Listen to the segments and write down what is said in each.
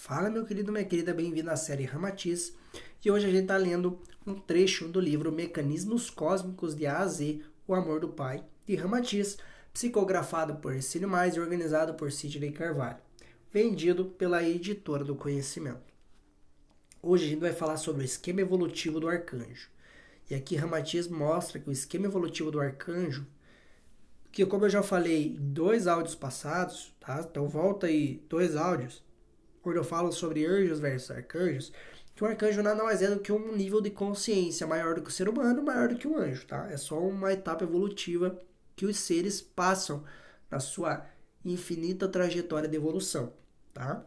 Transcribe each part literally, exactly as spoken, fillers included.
Fala, meu querido, minha querida, bem-vindo à série Ramatiz. E hoje a gente está lendo um trecho do livro Mecanismos Cósmicos de A a Z, O Amor do Pai, de Ramatiz, psicografado por Ercílio Mais e organizado por Sidney Carvalho, vendido pela Editora do Conhecimento. Hoje a gente vai falar sobre o esquema evolutivo do arcanjo. E aqui Ramatiz mostra que o esquema evolutivo do arcanjo, que como eu já falei em dois áudios passados, tá? Então volta aí dois áudios, quando eu falo sobre anjos versus arcanjos, que o arcanjo nada mais é do que um nível de consciência maior do que o ser humano, maior do que o anjo, tá? É só uma etapa evolutiva que os seres passam na sua infinita trajetória de evolução, tá?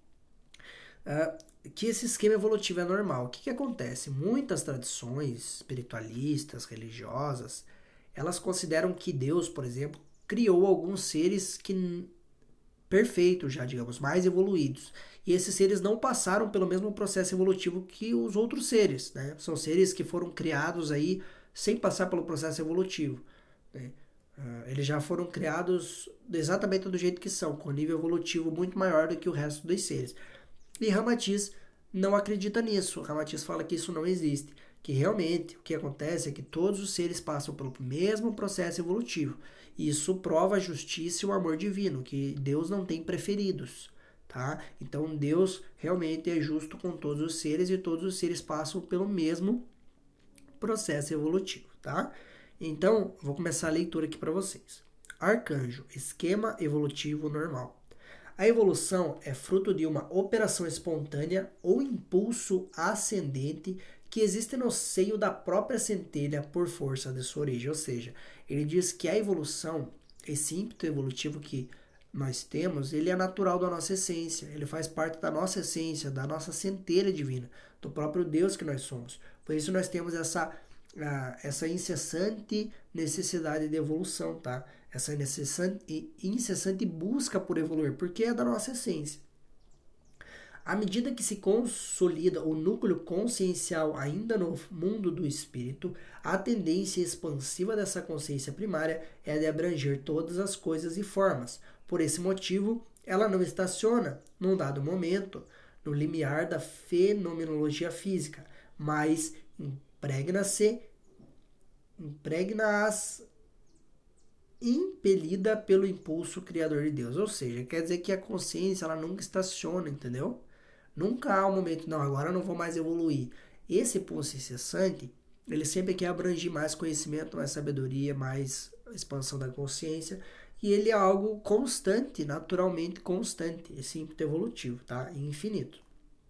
Uh, que esse esquema evolutivo é normal. O que, que acontece? Muitas tradições espiritualistas, religiosas, elas consideram que Deus, por exemplo, criou alguns seres que perfeitos já, digamos, mais evoluídos. E esses seres não passaram pelo mesmo processo evolutivo que os outros seres, né? São seres que foram criados aí sem passar pelo processo evolutivo, né? Uh, eles já foram criados exatamente do jeito que são, com um nível evolutivo muito maior do que o resto dos seres. E Ramatiz não acredita nisso. Ramatiz fala que isso não existe, que realmente o que acontece é que todos os seres passam pelo mesmo processo evolutivo. E isso prova a justiça e o amor divino, que Deus não tem preferidos, tá? Então Deus realmente é justo com todos os seres e todos os seres passam pelo mesmo processo evolutivo, tá? Então, vou começar a leitura aqui para vocês. Arcanjo, esquema evolutivo normal. A evolução é fruto de uma operação espontânea ou impulso ascendente que existe no seio da própria centelha por força de sua origem. Ou seja, ele diz que a evolução, esse ímpeto evolutivo que nós temos, ele é natural da nossa essência, ele faz parte da nossa essência, da nossa centelha divina, do próprio Deus que nós somos. Por isso nós temos essa, uh, essa incessante necessidade de evolução, tá? Essa incessante, incessante busca por evoluir, porque é da nossa essência. À medida que se consolida o núcleo consciencial ainda no mundo do espírito, a tendência expansiva dessa consciência primária é de abranger todas as coisas e formas. Por esse motivo, ela não estaciona, num dado momento, no limiar da fenomenologia física, mas impregna-se, impregna-as impelida pelo impulso criador de Deus. Ou seja, quer dizer que a consciência ela nunca estaciona, entendeu? Nunca há um momento, não, agora eu não vou mais evoluir. Esse impulso incessante, ele sempre quer abranger mais conhecimento, mais sabedoria, mais expansão da consciência, e ele é algo constante, naturalmente constante, esse ímpeto evolutivo, tá? Infinito.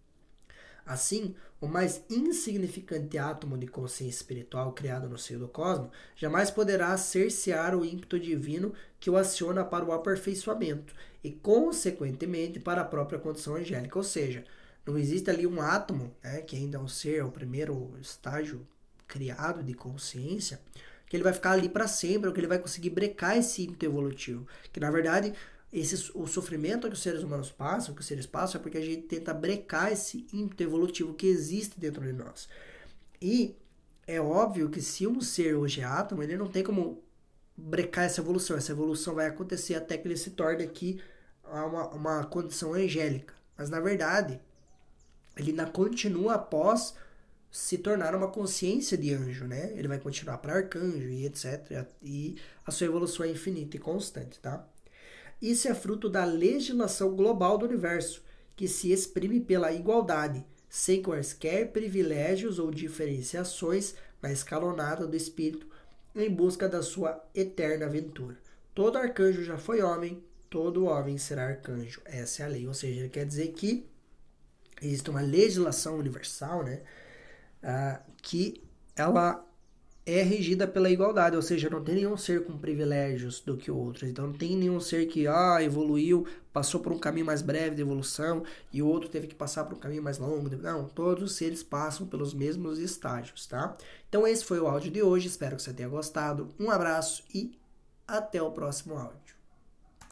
Assim, o mais insignificante átomo de consciência espiritual criado no seio do cosmos jamais poderá cercear o ímpeto divino que o aciona para o aperfeiçoamento e, consequentemente, para a própria condição angélica. Ou seja, não existe ali um átomo, né, que ainda é um ser, é o primeiro estágio criado de consciência, que ele vai ficar ali para sempre, ou que ele vai conseguir brecar esse ímpeto evolutivo. Que, na verdade, esse, o sofrimento que os seres humanos passam, que os seres passam, é porque a gente tenta brecar esse ímpeto evolutivo que existe dentro de nós. E é óbvio que se um ser hoje é átomo, ele não tem como brecar essa evolução. Essa evolução vai acontecer até que ele se torne aqui uma, uma condição angélica. Mas, na verdade, ele ainda continua após se tornar uma consciência de anjo, né? Ele vai continuar para arcanjo e etcétera. E a sua evolução é infinita e constante, tá? Isso é fruto da legislação global do universo, que se exprime pela igualdade, sem quaisquer privilégios ou diferenciações na escalonada do espírito, em busca da sua eterna aventura. Todo arcanjo já foi homem, todo homem será arcanjo. Essa é a lei. Ou seja, ele quer dizer que existe uma legislação universal, né, uh, que ela é regida pela igualdade, ou seja, não tem nenhum ser com privilégios do que outros. Então não tem nenhum ser que ah, evoluiu, passou por um caminho mais breve de evolução e o outro teve que passar por um caminho mais longo. Não, todos os seres passam pelos mesmos estágios, tá? Então esse foi o áudio de hoje, espero que você tenha gostado. Um abraço e até o próximo áudio.